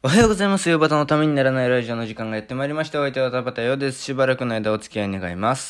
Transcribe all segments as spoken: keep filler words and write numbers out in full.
おはようございます。ヨバタのためにならないラジオの時間がやってまいりました。お相手は田畑よです。しばらくの間お付き合い願います。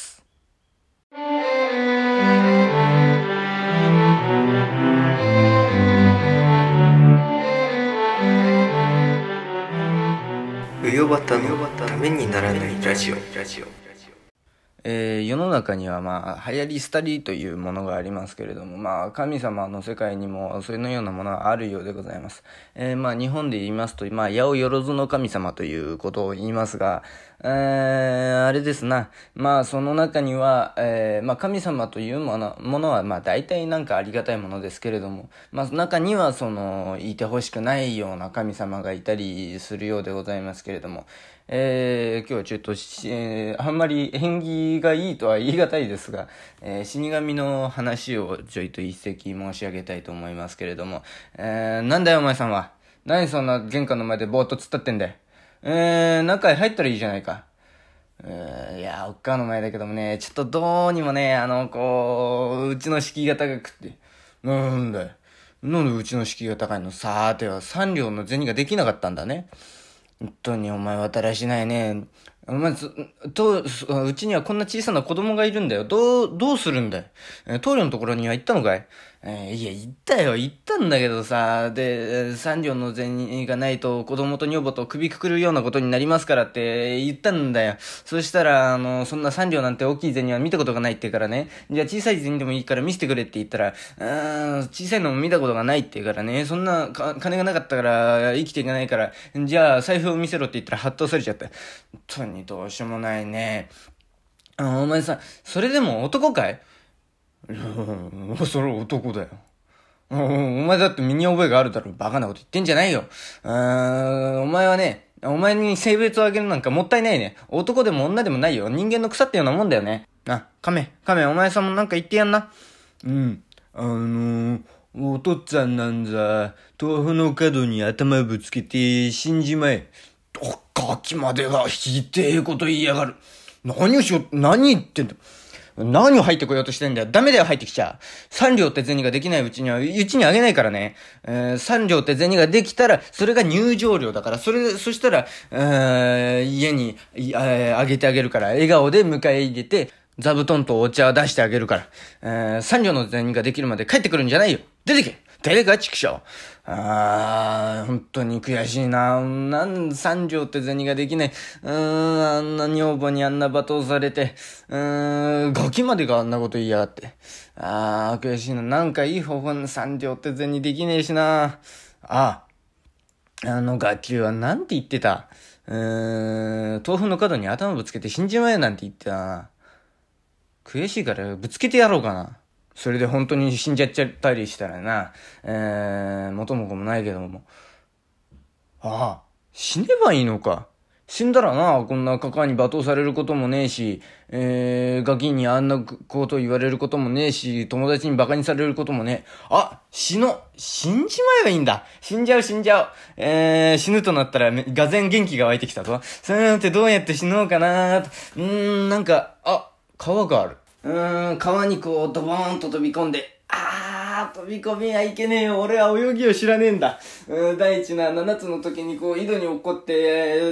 うよばたのためにならないラジオ。 えー世の中にはまあ流行り廃りというものがありますけれども、まあ神様の世界にもそのようなものはあるようでございます。えーまあ日本で言いますと、まあ八百万の神様ということを言いますが、えーあれですな。まあその中には、えーまあ神様というもの、ものはまあ大体なんかありがたいものですけれども、まあ中にはその、いてほしくないような神様がいたりするようでございますけれども、えー今日はちょっとし、えーあんまり縁起がいいとは言い難いですが、えー死神の話をちょいと一席申し上げたいと思いますけれども、えーなんだよお前さんは。何そんな玄関の前でぼーっと突っ立ってんだよ。えー、中へ入ったらいいじゃないか。えーいや、おっかの前だけどもね、ちょっとどうにもね、あの、こう、うちの敷居が高くって。なんだよ。なんでうちの敷居が高いの？さーては三両の銭ができなかったんだね。本当にお前はだらしないね。お前、そと、そうちにはこんな小さな子供がいるんだよ。どう、どうするんだよ。えー棟梁のところには行ったのかい？えーいや、行ったよ。行ったんだけどさ。で、えー三両の銭がないと子供と女房と首くくるようなことになりますからって言ったんだよ。そしたら、あの、そんな三両なんて大きい銭は見たことがないって言うからね。じゃあ小さい銭でもいいから見せてくれって言ったら、うーん、小さいのも見たことがないって言うからね。そんなか金がなかったから生きていけないから、じゃあ財布を見せろって言ったらハッとされちゃった。本当にどうしようもないね。あ、お前さ、それでも男かい？いや、それは男だよ。お前だって身に覚えがあるだろ。バカなこと言ってんじゃないよ。うーん、お前はね、お前に性別をあげるなんかもったいないね。男でも女でもないよ。人間の腐ったようなもんだよね。あ、亀、亀、お前さんもなんか言ってやんな。うん。あのー、お父っつぁんなんざ、豆腐の角に頭ぶつけて死んじまえ。どっかきまでがひでえこと言いやがる。何をしよう、何言ってんだ。何を入ってこようとしてんだよ。ダメだよ、入ってきちゃ。三両って銭ができないうちには、うちにあげないからね。えー、三両って銭ができたら、それが入場料だから、それ、そしたら、えー、家に、いえーあげてあげるから、笑顔で迎え入れて、座布団とお茶を出してあげるから、えー、三両の銭ができるまで帰ってくるんじゃないよ。出てけ出てか、畜生。あー、本当に悔しいな。なん、三両って銭ができない。うーん、あんな女房にあんな罵倒されて、うーん、ガキまでがあんなこと言いやがって。あー、悔しいな。なんかいい方法に三両って銭できねえしな。あ、あのガキはなんて言ってた？うーん、豆腐の角に頭ぶつけて死んじまえなんて言ってたな。悔しいからぶつけてやろうかな。それで本当に死んじゃっちゃったりしたらな、えー、元も子もないけども。ああ、死ねばいいのか。死んだらな、こんなカカに罵倒されることもねえし、えー、ガキにあんなこと言われることもねえし、友達に馬鹿にされることもねえ。あ、死の、死んじまえばいいんだ。死んじゃう死んじゃう。えー、死ぬとなったら、がぜん元気が湧いてきたぞ。そうやってどうやって死のうかなと。うーん、なんか、あ、川がある。うーん、川にこう、ドボーンと飛び込んで、あー、飛び込みはいけねえよ。俺は泳ぎを知らねえんだ。うん、第一な、七つの時にこう、井戸に落っこって、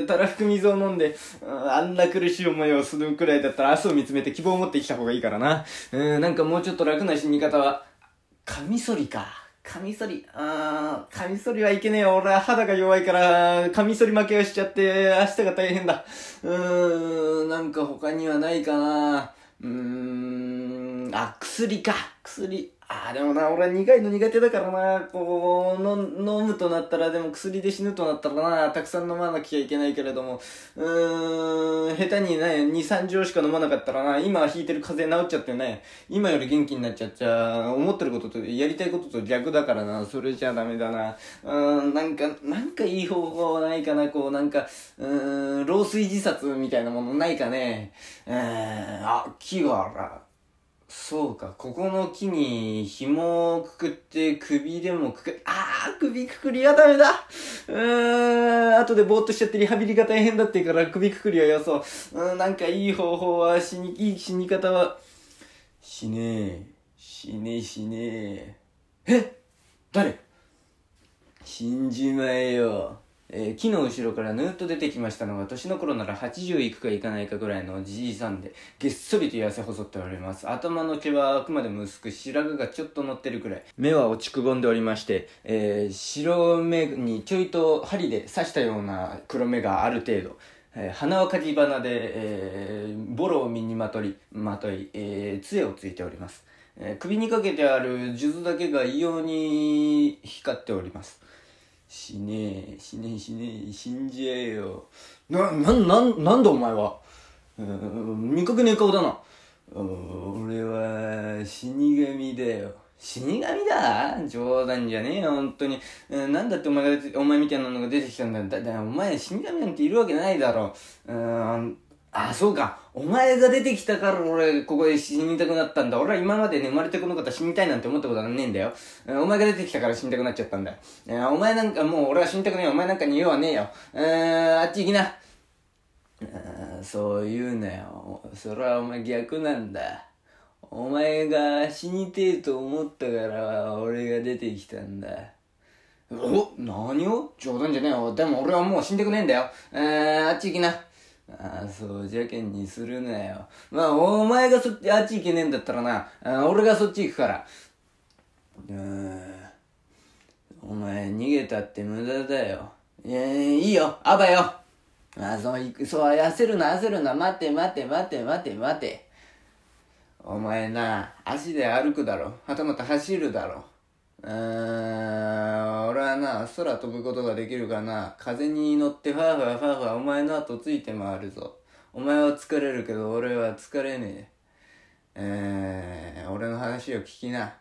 たらふく水を飲んで、うん、あんな苦しい思いをするくらいだったら明日を見つめて希望を持って生きた方がいいからな。うん、なんかもうちょっと楽な死に方は、カミソリか。カミソリ、あー、カミソリはいけねえよ。俺は肌が弱いから、カミソリ負けをしちゃって、明日が大変だ。うーん、なんか他にはないかな。うーん、あ、薬か。薬。あー、でもな、俺は苦いの苦手だからな。こう、の飲むとなったら、でも薬で死ぬとなったらな、たくさん飲まなきゃいけないけれども、うーん、下手にね、に、さん錠しか飲まなかったらな、今引いてる風邪治っちゃってね、今より元気になっちゃっちゃ、思ってることと、やりたいことと逆だからな、それじゃダメだな。うーん、なんか、なんかいい方法ないかな、こう、なんか、うーん、老衰自殺みたいなものないかね。うーん、あ、木があら。そうか、ここの木に紐をくくって首でもくく、あー、首くくりはダメだ。うーん、後でぼーっとしちゃってリハビリが大変だって言うから首くくりはよそう。うん、なんかいい方法は、死に、いい死に方は、死ねえ、死ねえ、死ねえ。え誰？死んじまえよ。 えー、木の後ろからぬーっと出てきましたのが、年の頃ならはちじゅういくかいかないかぐらいのじじいさんで、げっそりと痩せ細っております。頭の毛はあくまでも薄く、白髪がちょっと乗ってるくらい。目は落ちくぼんでおりまして、えー、白目にちょいと針で刺したような黒目がある程度。えー、鼻はかき花で、えー、ボロを身にまとり、まとい、えー、杖をついております。えー、首にかけてある数珠だけが異様に光っております。死ねえ、死ねえ、死ねえ、死んじゃえよ。な、な、な、なんだお前は。うーん、見かけねえ顔だな。俺は死神だよ。死神だ？冗談じゃねえよ、本当に。なんだってお前が出て、お前みたいなのが出てきたんだ。だ、だ、お前死神なんているわけないだろう。うーん、あ、そうか。お前が出てきたから俺、ここで死にたくなったんだ。俺は今までね、生まれてこの方死にたいなんて思ったことはねえんだよ。お前が出てきたから死にたくなっちゃったんだよ。お前なんかもう俺は死にたくねえよ。お前なんかに用はねえよ。うーん、あっち行きな。そう言うなよ。それはお前逆なんだ。お前が死にてえと思ったから俺が出てきたんだ。お、何を？冗談じゃねえよ。でも俺はもう死んでくねえんだよ。えー、あっち行きな。ああ、そうじゃけんにするなよ。まあ、お前がそっち、あっち行けねえんだったらな、あ俺がそっち行くから。うーん。お前逃げたって無駄だよ。いや、いいよ、あばよ。あ、そう、そう、焦るな、焦るな、待て待て待て待て待て。お前な、足で歩くだろ。はたまた走るだろ。うーん、俺はな、空飛ぶことができるからな、風に乗ってファーファーファーファーお前の後ついて回るぞ。お前は疲れるけど俺は疲れねえ。えー、俺の話を聞きな。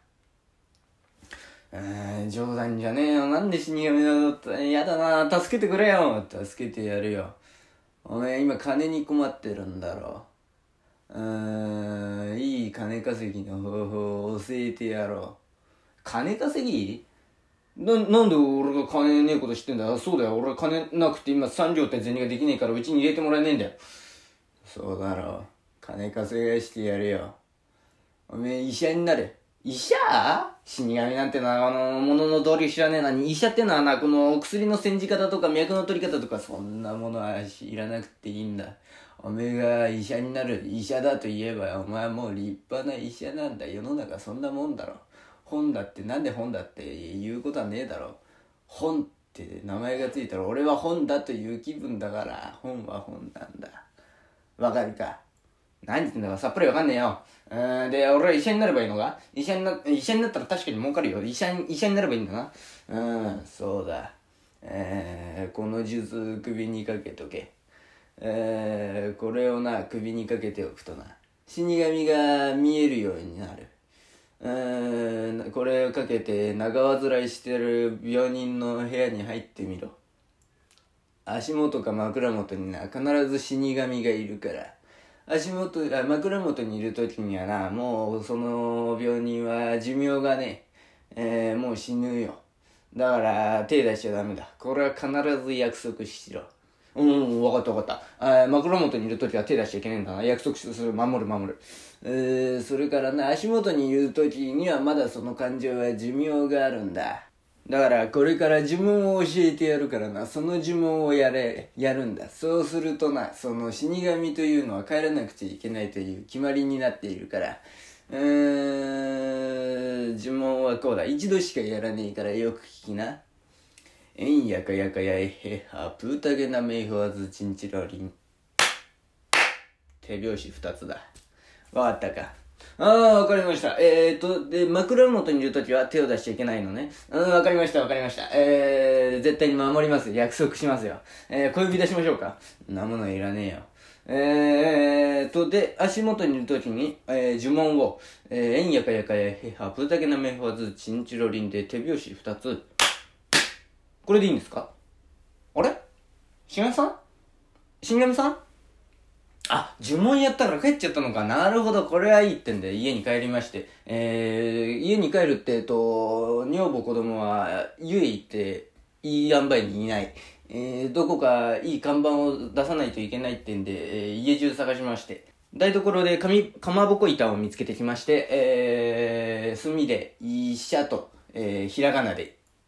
えー、冗談じゃねえよ。なんで死神だぞって。やだな、助けてくれよ。助けてやるよ。お前今金に困ってるんだろう。うーん、いい金稼ぎの方法を教えてやろう。金稼ぎ？な、なんで俺が金ねえこと知ってんだよ。そうだよ、俺金なくて今三両って銭ができねえからうちに入れてもらえねえんだよ。そうだろう。金稼がしてやるよ。おめえ医者になれ。医者？死神なんてのはあの、物の通り知らねえなに、医者ってのはな、この薬の煎じ方とか脈の取り方とかそんなものは知らなくていいんだ。おめえが医者になる、医者だと言えばお前はもう立派な医者なんだ。世の中そんなもんだろ。本だってなんで本だって言うことはねえだろ。本って名前がついたら俺は本だという気分だから本は本なんだ。わかるか？何言ってんだかさっぱりわかんねえよ。うーん、で、俺は医者になればいいのか？医者にな、医者になったら確かに儲かるよ。医者に、医者になればいいんだな。うーん、そうだ。えー、この数珠首にかけとけ。えー、これをな、首にかけておくとな、死神が見えるようになる。うーん、これをかけて長患いしてる病人の部屋に入ってみろ。足元か枕元にな、必ず死神がいるから。足元、あ、枕元にいる時にはな、もうその病人は寿命がね、えー、もう死ぬよ。だから手出しちゃダメだ。これは必ず約束しろ。うん、わかったわかった。あ、枕元にいる時は手出しちゃいけないんだな。約束する。守る守る。えー、それからな、足元にいる時にはまだその感情は寿命があるんだ。だからこれから呪文を教えてやるからな、その呪文をやれ、やるんだ。そうするとな、その死神というのは帰らなくちゃいけないという決まりになっているから、うーん、呪文はこうだ。一度しかやらねえからよく聞きな。えんやかやかやえへは、プータゲナメイフワズチンチロリン。手拍子二つだ。わかったか。ああ、わかりました。えーと、で、枕元にいるときは手を出しちゃいけないのね。うん、わかりました、わかりました。えー、絶対に守ります。約束しますよ。えー、小指出しましょうか。んなものいらねえよ。えーと、で、足元にいるときに、えー、呪文を、えー、えんやかやかやへは、プータゲナメファズ、チンチロリンで手拍子二つ。これでいいんですか？あれ？しがみさん？しがみさん？あ、呪文やったから帰っちゃったのか。なるほど、これはいいってんで、家に帰りまして。えー、家に帰るって、えっと、女房子供は、家へ行って、いい塩梅にいない。えー、どこかいい看板を出さないといけないってんで、えー、家中探しまして。台所で紙、かまぼこ板を見つけてきまして、えー、墨で、医者と、えー、ひらがなで、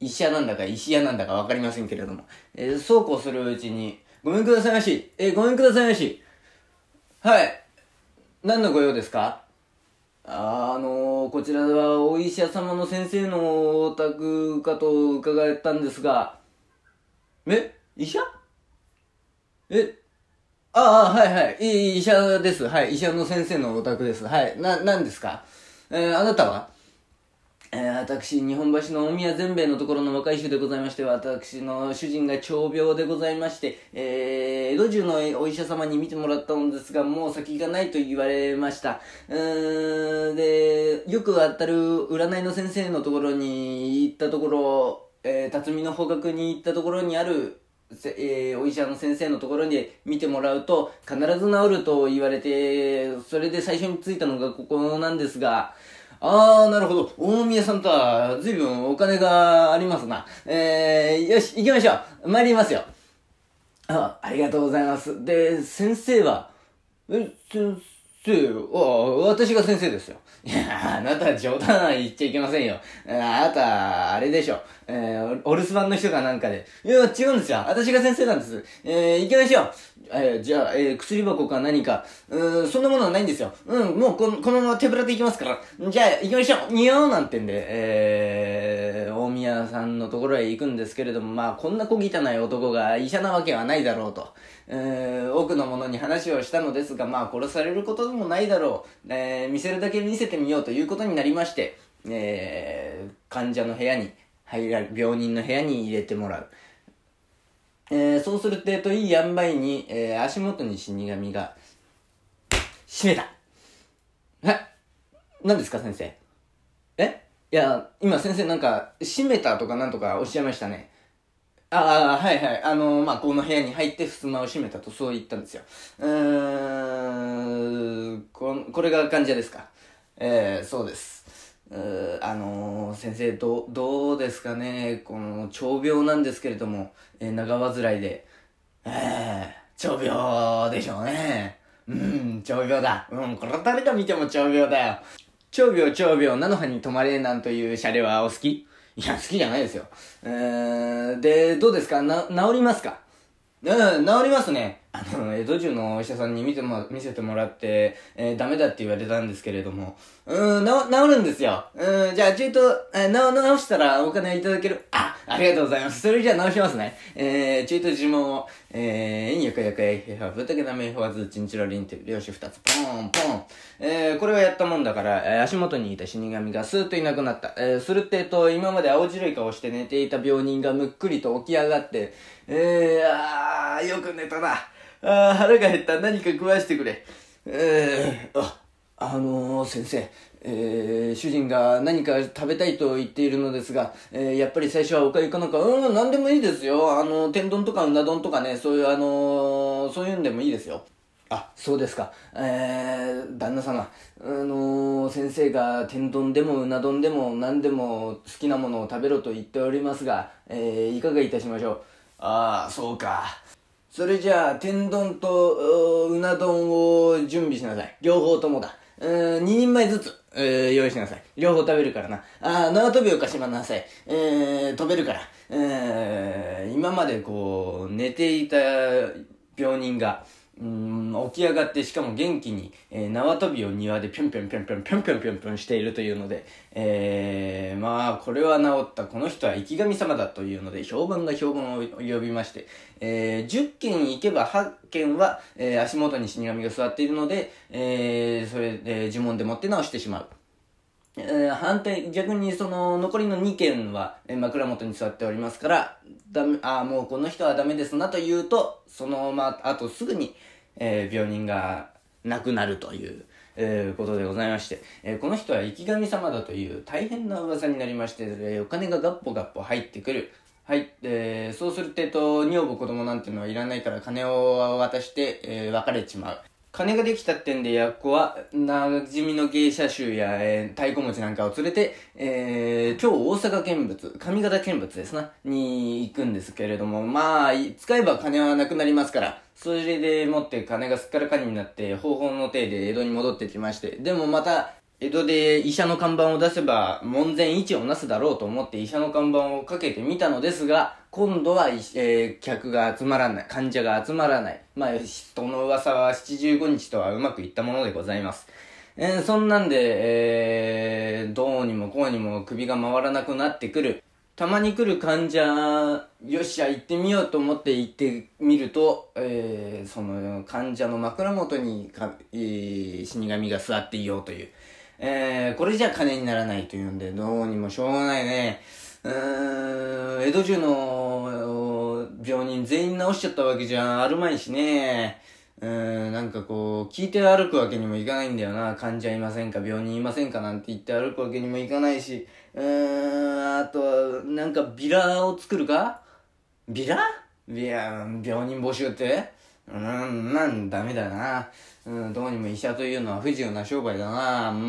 医者なんだか石屋なんだかわかりませんけれども、えー、そうこうするうちに、ごめんくださいまし。えー、ごめんくださいまし。はい。何のご用ですか？あ、あのー、こちらはお医者様の先生のお宅かと伺ったんですが、え医者えああ、はいはい。い医者です。はい。医者の先生のお宅です。はい。な、何ですか？えー、あなたは？えー、私、日本橋の大宮善兵衛のところの若い衆でございまして、私の主人が長病でございまして、えー、江戸中のお医者様に見てもらったのですが、もう先がないと言われました。うーん、で、よく当たる占いの先生のところに行ったところ、えー、辰巳の方角に行ったところにある、えー、お医者の先生のところに見てもらうと必ず治ると言われて、それで最初に着いたのがここなんですが、あー、なるほど。大宮さんとは随分お金がありますな。えー、よし、行きましょう。参りますよ。あ、ありがとうございます。で、先生は、え、先生、あ、私が先生ですよ。いや、あなた冗談は言っちゃいけませんよ。あなた、あれでしょ。えー、お留守番の人かなんかで。いや、違うんですよ。私が先生なんです。えー、行きましょう。えー、じゃあ、えー、薬箱か何か。うーん、そんなものはないんですよ。うん、もうこの、このまま手ぶらで行きますから。じゃあ、行きましょう。にょーなんてんで、えー、大宮さんのところへ行くんですけれども、まあ、こんな小汚い男が医者なわけはないだろうと。えー、多くの者に話をしたのですが、まあ、殺されることもないだろう。えー、見せるだけ見せてみようということになりまして、えー、患者の部屋に入ら、病人の部屋に入れてもらう。えー、そうするってといい塩梅に、えー、足元に死神が、閉めた。え何ですか先生？えいや、今先生なんか、閉めたとかなんとかおっしゃいましたね。ああ、はいはい。あのー、まあ、この部屋に入って襖を閉めたとそう言ったんですよ。うーん、こ、これが患者ですか？えー、そうです。うーあのー、先生、どう、どうですかね。この、長病なんですけれども、えー、長患いで。えー、長病でしょうね。うん、長病だ。うん、これは誰が見ても長病だよ。長病長病、菜の葉に止まれなんというシャレはお好き？いや、好きじゃないですよ。えー、で、どうですかな、治りますか？うん、治りますね。あの、江戸中のお医者さんに見ても、見せてもらって、えー、ダメだって言われたんですけれども、うん、治、治るんですよ。うん、じゃあ、ちょいと、えー、治、治したらお金いただける。あ、ありがとうございます。それじゃあ治しますね。えー、ちょいと呪文を、えー、円よくやくえいへは、ぶたけなめほわず、ちんちろりんって、拍子二つ、ポーン、ポーン。えー、これをやったもんだから、えー、足元にいた死神がスーッといなくなった。えー、するってえと、今まで青白い顔して寝ていた病人がむっくりと起き上がって、えー、あー、よく寝たな。あー、腹が減った。何か食わしてくれ。えー、あ、あのー、先生、えー、主人が何か食べたいと言っているのですが、えー、やっぱり最初はおかゆかなんか、うん、なんでもいいですよ。あの、天丼とかうな丼とかね、そういう、あのー、そういうんでもいいですよ。あ、そうですか。えー、旦那様、あのー、先生が天丼でもうな丼でも何でも好きなものを食べろと言っておりますが、えー、いかがいたしましょう。ああ、そうか。それじゃあ、天丼とうな丼を準備しなさい。両方ともだ。うーん、二人前ずつ、えー、用意しなさい。両方食べるからな。ああ、縄跳びをかしまなさい。えー、飛べるから。えー、今までこう、寝ていた病人が、うん、起き上がってしかも元気に、えー、縄跳びを庭でぴょんぴょんぴょんぴょんぴょんぴょんぴょんぴょんしているというので、えー、まあこれは治った、この人は生き神様だというので評判が評判を呼びまして、えー、じゅっけん行けばはっけんは、えー、足元に死神が座っているので、えー、それで呪文でもって直してしまう。えー、反対、逆にその残りのにけんは、えー、枕元に座っておりますから、ダメ、ああ、もうこの人はダメですなと言うと、そのまま、あとすぐに、えー、病人が亡くなるという、えー、ことでございまして、えー、この人は生き神様だという大変な噂になりまして、えー、お金がガッポガッポ入ってくる。はい、えー、そうするってと、女房子供なんていうのはいらないから金を渡して、えー、別れちまう。金ができたってんで、やっこは、馴染みの芸者衆や、えー、太鼓持ちなんかを連れて、えー、今日大阪見物、上方見物ですな、に行くんですけれども、まあ、使えば金はなくなりますから、それでもって金がすっからかにになって、方法の体で江戸に戻ってきまして、でもまた、 江戸で医者の看板を出せば門前一をなすだろうと思って医者の看板をかけてみたのですが、今度は、えー、客が集まらない、患者が集まらない。まあ、人の噂はななじゅうごにちとはうまくいったものでございます。えー、そんなんで、えー、どうにもこうにも首が回らなくなってくる。たまに来る患者、よっしゃ行ってみようと思って行ってみると、えー、その患者の枕元にか、えー、死神が座っていようという。えー、これじゃ金にならないというんで、どうにもしょうがないね。うーん、江戸中の病人全員治しちゃったわけじゃあるまいしね。うーん、なんかこう、聞いて歩くわけにもいかないんだよな。患者いませんか、病人いませんかなんて言って歩くわけにもいかないし。うーん、あとは、なんかビラを作るかビラいや、病人募集ってうん、なんダメだな。うん、どうにも医者というのは不自由な商売だな。うん。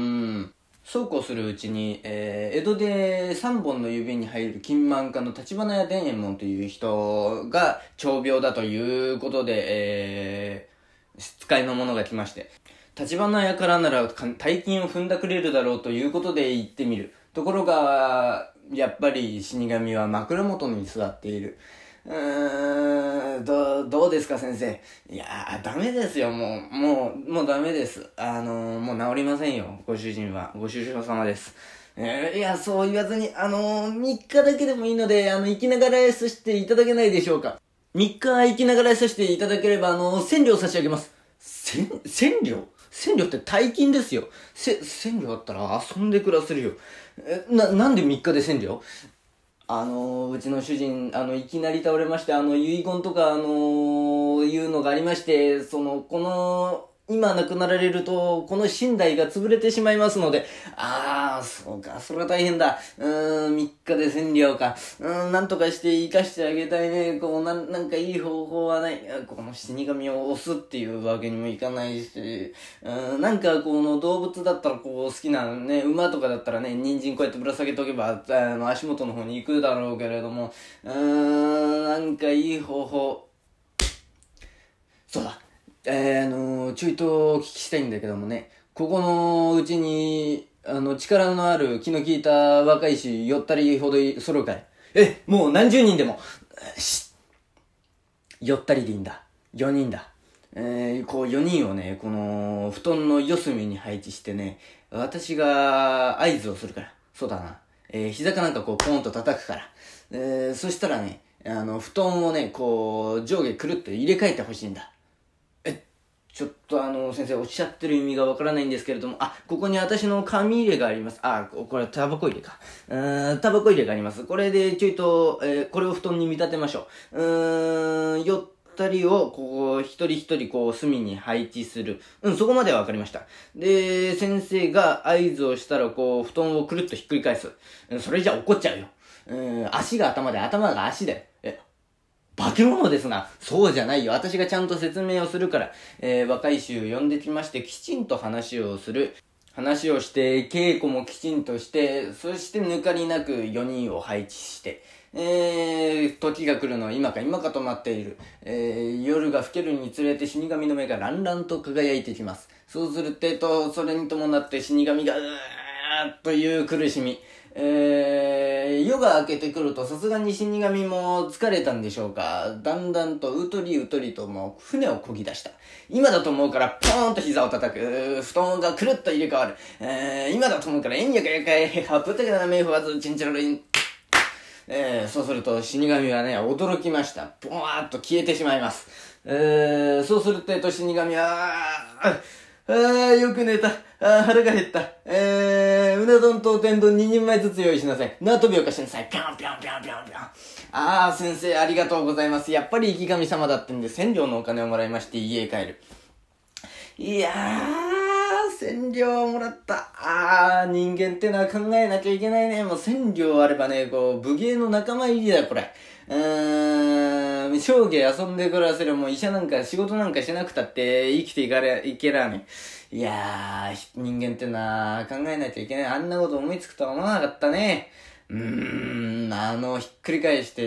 そうこうするうちに、えー、江戸で三本の指に入る金満家の立花屋伝右衛門という人が長病だということで、えー、使いの者が来まして、立花屋からなら大金を踏んだくれるだろうということで行ってみる。ところが、やっぱり死神は枕元に座っている。うーん、どう、どうですか先生。いやー、ダメですよ、もう、もう、もうダメです。あのー、もう治りませんよ、ご主人は。ご主人様です。えー、いや、そう言わずに、あのー、みっかだけでもいいので、あの、生きながらえさせていただけないでしょうか。みっか生きながらえさせていただければ、あのー、千両差し上げます。千、千両千両って大金ですよ。せ、千両あったら遊んで暮らせるよ。え、な、なんでみっかで千両あのー、うちの主人、あの、いきなり倒れまして、あの、遺言とか、あのー、いうのがありまして、その、この、今亡くなられると、この寝台が潰れてしまいますので、あー、そうか、それは大変だ。うーん、みっかで千両か。うーん、なんとかして生かしてあげたいね。こう、なん、なんかいい方法はない。この死神を押すっていうわけにもいかないし、うーん、なんかこの動物だったらこう、好きなね、馬とかだったらね、人参こうやってぶら下げとけば、あの、足元の方に行くだろうけれども、うーん、なんかいい方法。そうだ。えー、あのー、ちょいとお聞きしたいんだけどもね、ここのうちに、あの、力のある気の利いた若いし、よったりほど揃うかい。え、もう何十人でも。しよったりでいいんだ。よにんだ。えー、こうよにんをね、この、布団の四隅に配置してね、私が合図をするから。そうだな。えー、膝かなんかこうポンと叩くから。えー、そしたらね、あの、布団をね、こう、上下くるっと入れ替えてほしいんだ。ちょっとあの、先生おっしゃってる意味がわからないんですけれども、あ、ここに私の紙入れがあります。あ、これタバコ入れか。うーん、タバコ入れがあります。これでちょいと、えー、これを布団に見立てましょう。うーん、よったりを、こう、一人一人こう、隅に配置する。うん、そこまではわかりました。で、先生が合図をしたら、こう、布団をくるっとひっくり返す。うん、それじゃ怒っちゃうよ。うん、足が頭で頭が足だよ。え、化け物ですな。そうじゃないよ。私がちゃんと説明をするから、えー、若い衆呼んできまして、きちんと話をする。話をして、稽古もきちんとして、そして抜かりなくよにんを配置して、えー、時が来るのは今か今かと待っている。えー、夜が更けるにつれて死神の目がランランと輝いてきます。そうすると、それに伴って死神がうーっという苦しみ。えー、夜が明けてくるとさすがに死神も疲れたんでしょうか。だんだんとうとりうとりともう船を漕ぎ出した。今だと思うからポーンと膝を叩く。布団がくるっと入れ替わる。えー、今だと思うからえんやかやかい、はっぷてかなめふわず、ちんちゃらりん。えー、そうすると死神はね、驚きました。ポワーっと消えてしまいます。えー、そうすると、えっと、死神は、ああー、よく寝た。あー、腹が減った。えー、うな丼と天丼ににんまえずつ用意しなさい。縄跳びを貸しなさい。ぴょんぴょんぴょんぴょんぴょん。あー、先生ありがとうございます。やっぱり生神様だってんで、千両のお金をもらいまして家へ帰る。いやー、千両もらった。あー、人間ってのは考えなきゃいけないね。もう千両あればね、こう、武芸の仲間入りだよ、これ。うーん、生涯遊んで暮らせる。もう医者なんか仕事なんかしなくたって生きていかれ、いけらね。いやー、人間ってのは考えなきゃいけない。あんなこと思いつくとは思わなかったね。うーん、あの、ひっくり返して、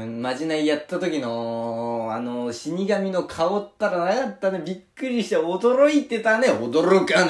まじないやった時の、あの、死神の顔ったらなかったね。びっくりして驚いてたね。驚かなくっ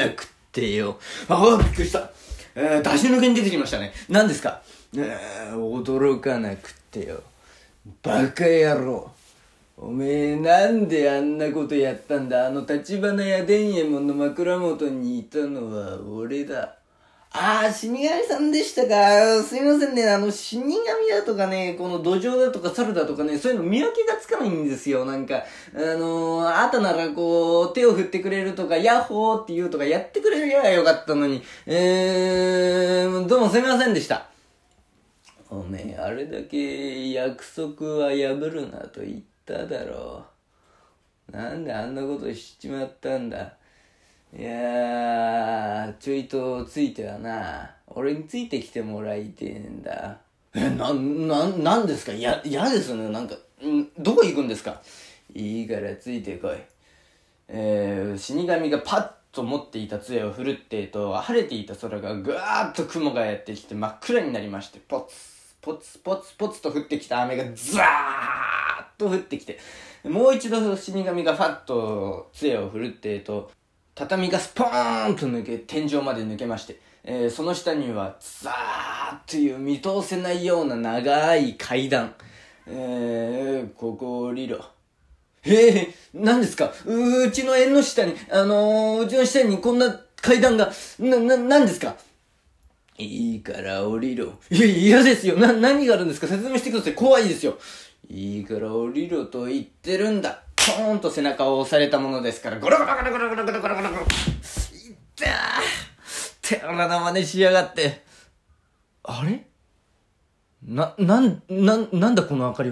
ってよ。ああ、びっくりした。えー、出し抜けに出てきましたね。何ですか？えー、驚かなくってよ。バカ野郎。おめえなんであんなことやったんだ。あの立花屋伝右衛門の枕元にいたのは俺だ。ああ、死神さんでしたか。すいませんね。あの、死神だとかね、この土壌だとか猿だとかね、そういうの見分けがつかないんですよ。なんか、あのー、あとならこう、手を振ってくれるとか、ヤッホーって言うとか、やってくれりゃよかったのに。えー、どうもすいませんでした。おめえ、あれだけ約束は破るなと言っただろう。なんであんなことしちまったんだ。いやー、ちょいとついてはな、俺についてきてもらいてえんだ。え、な、な、なんですか？や、嫌ですね。なんか、ん、どこ行くんですか？いいからついてこい。えー、死神がパッと持っていた杖を振るってえと、晴れていた空がぐわーっと雲がやってきて真っ暗になりまして、ポツ、ポツ、ポツ、ポツと降ってきた雨がザーッと降ってきて、もう一度死神がファッと杖を振るってえと、畳がスポーンと抜け、天井まで抜けまして、えー、その下にはザーッという見通せないような長い階段。えー、ここ降りろ。へえ、何ですか？う、うちの縁の下に、あのー、うちの下にこんな階段が、な、な、何ですか？いいから降りろ。いや、嫌ですよ。な、何があるんですか？説明してください。怖いですよ。いいから降りろと言ってるんだ。ポーンと背中を押されたものですから、ゴロゴロゴロゴロゴロゴロゴロゴロゴロ。いったー。手荒な真似しやがって。あれ？な、なん、な、なんだこの明かりは。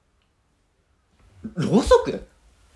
ろうそく？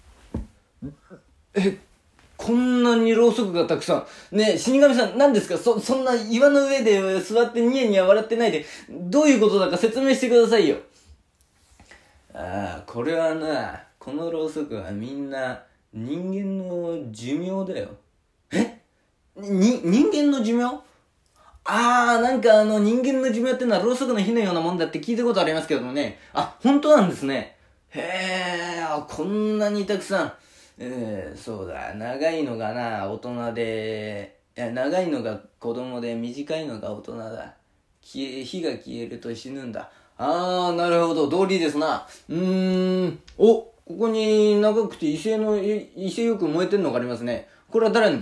え、こんなにろうそくがたくさん。ねえ、死神さん、何ですか？そ、そんな岩の上で座ってニヤニヤ笑ってないで、どういうことだか説明してくださいよ。ああ、これはな、このろうそくはみんな人間の寿命だよ。え？に、人間の寿命？あー、なんかあの人間の寿命ってのはろうそくの火のようなもんだって聞いたことありますけどもね。あ、本当なんですね。へー、こんなにたくさん。えー、そうだ、長いのがな、大人で、いや、長いのが子供で短いのが大人だ。消え、火が消えると死ぬんだ。あー、なるほど、道理ですな。うーん、お、ここに長くて威勢の、威勢よく燃えてんのがありますね。これは誰なんです？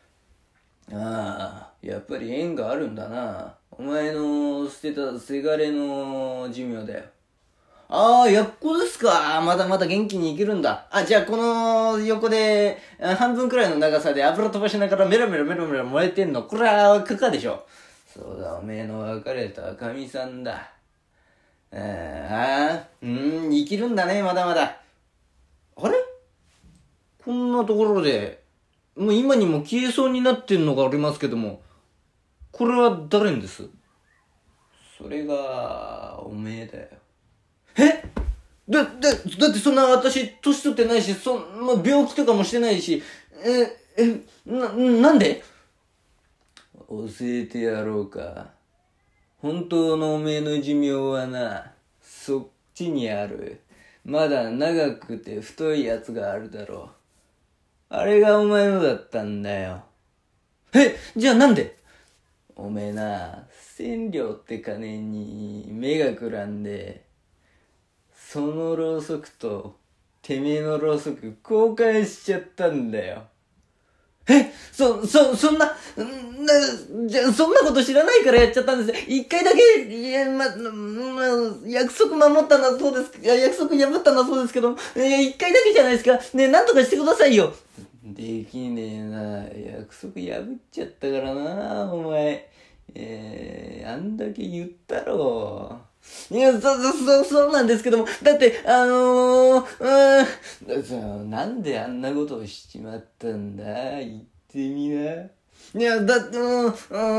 ああ、やっぱり縁があるんだな。お前の捨てたせがれの寿命だよ。ああ、やっこですか。まだまだ元気にいけるんだ。あ、じゃあこの横で、半分くらいの長さで油飛ばしながらメラメラメラメラ燃えてんの。これはかかでしょ。そうだ、おめえの別れた神さんだ。ああ、うーん、生きるんだね、まだまだ。あれ？こんなところで、もう今にも消えそうになってんのがありますけども、これは誰んです？それが、おめえだよ。え？だ、だ、だってそんな私、年取ってないし、そん、まあ、病気とかもしてないし、え、え、な、なんで？教えてやろうか。本当のおめえの寿命はな、そっちにある。まだ長くて太いやつがあるだろう。あれがお前のだったんだよ。え、じゃあなんで？おめえな、千両って金に目がくらんで、そのろうそくと、てめえのろうそく交換しちゃったんだよ。え、そ、そ、そんな、んな、じゃ、そんなこと知らないからやっちゃったんですよ。一回だけ、いや、ま、ま、約束守ったのはそうです、いや、約束破ったのはそうですけど、え、一回だけじゃないですか。ね、なんとかしてくださいよ。できねえな。約束破っちゃったからな、お前。えー、あんだけ言ったろ。いや、そ、そ、そ、そうなんですけども、だって、あのー、うん、なんであんなことをしちまったんだ？言ってみな。いや、だって、うん、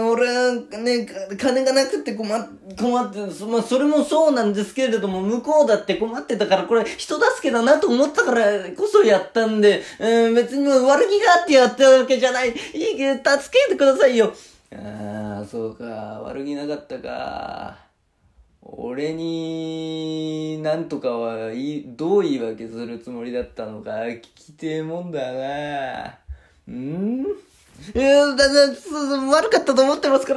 俺はね、金がなくて困っ、困って、そ、まあ、それもそうなんですけれども、向こうだって困ってたから、これ人助けだなと思ったからこそやったんで、うん、別に悪気があってやったわけじゃない。いいけど、助けてくださいよ。ああ、そうか、悪気なかったか。俺に、なんとかは、い、どう言い訳するつもりだったのか、聞きてえもんだな。ん？ えー、だ、だ、悪かったと思ってますから、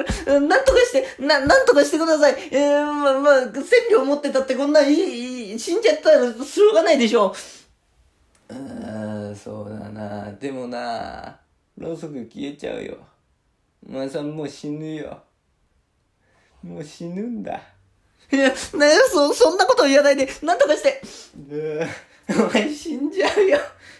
なんとかして、な、なんとかしてください。えー、まあ、まあ、千両持ってたってこんな、いい、死んじゃったらしょうがないでしょう。ああ、そうだな。でもな、ろうそく消えちゃうよ。お前さんもう死ぬよ。もう死ぬんだ。いや、ねそ、そんなこと言わないで、なんとかして。お前死んじゃうよ。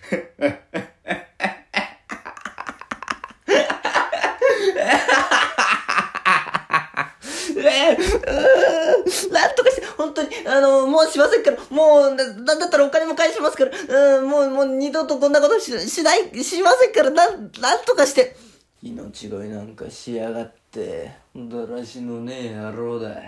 えー、なんとかして、本当に、あの、もうしませんから、もう、な、なんだったらお金も返しますから、うん、もう、もう二度とこんなことし、しない、しませんから、なん、なんとかして。命乞いなんかしやがって、だらしのねえ野郎だ。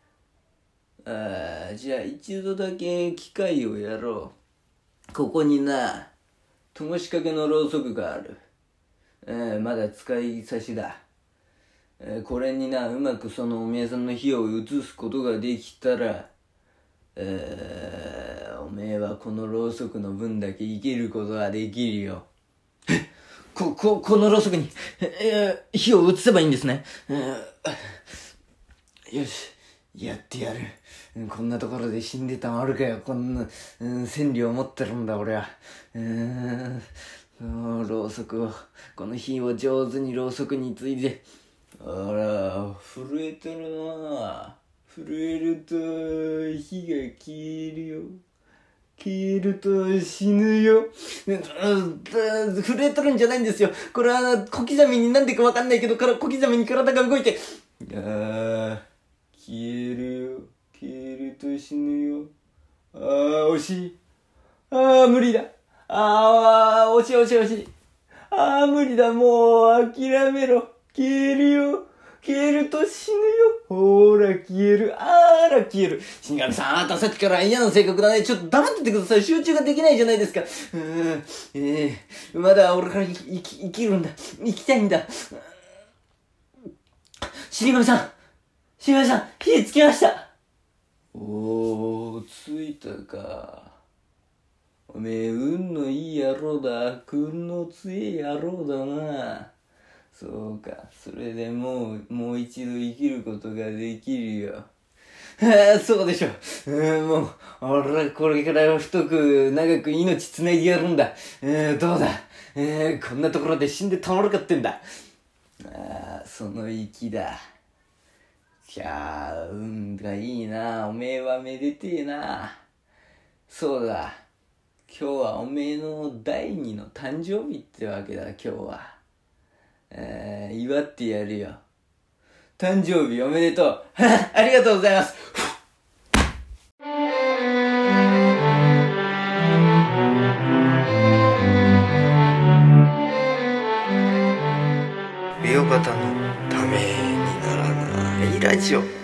ああ、じゃあ一度だけ機会をやろう。ここにな、灯しかけのろうそくがある。えー、まだ使い差しだ。えー、これにな、うまくそのおめえさんの火を移すことができたら、えー、おめえはこのろうそくの分だけ生きることができるよ。こ、こ、このろうそくに、えー、火を移せばいいんですね。えー、よし、やってやる。こんなところで死んでたまるかよ。こんな、うん、千両持ってるんだ俺は。うーん、ろうそくを、この火を上手にろうそくについて、あら、震えてるな。震えると火が消えるよ。消えると死ぬよ。震えとるんじゃないんですよ。これは小刻みになんでかわかんないけど、から小刻みに体が動いて。あー、消えるよ。消えると死ぬよ。あー、惜しい。あー、無理だ。あー、惜しい惜しい惜しい。あー、無理だ。もう諦めろ。消えるよ。消えると死ぬよ。ほーら、消える。あーら、消える。死神さん、あなたさっきから嫌な性格だね。ちょっと黙っててください。集中ができないじゃないですか。うーん、えー、まだ俺から生き、生き、生きるんだ。生きたいんだ。死神さん、死神さん、火つきました。おー、ついたか。おめえ、運のいい野郎だ。運の強い野郎だな。そうか。それでもう、もう一度生きることができるよ。ああ、そうでしょう。うん、もう、俺はこれから太く、長く命つないでやるんだ。うん、どうだ。うん、こんなところで死んでたまるかってんだ。ああ、その息だ。いやー、運がいいな。おめえはめでてえな。そうだ。今日はおめえの第二の誕生日ってわけだ、今日は。えー、祝ってやるよ。誕生日おめでとう。ありがとうございます。 ビオ型のためにならないラジオ。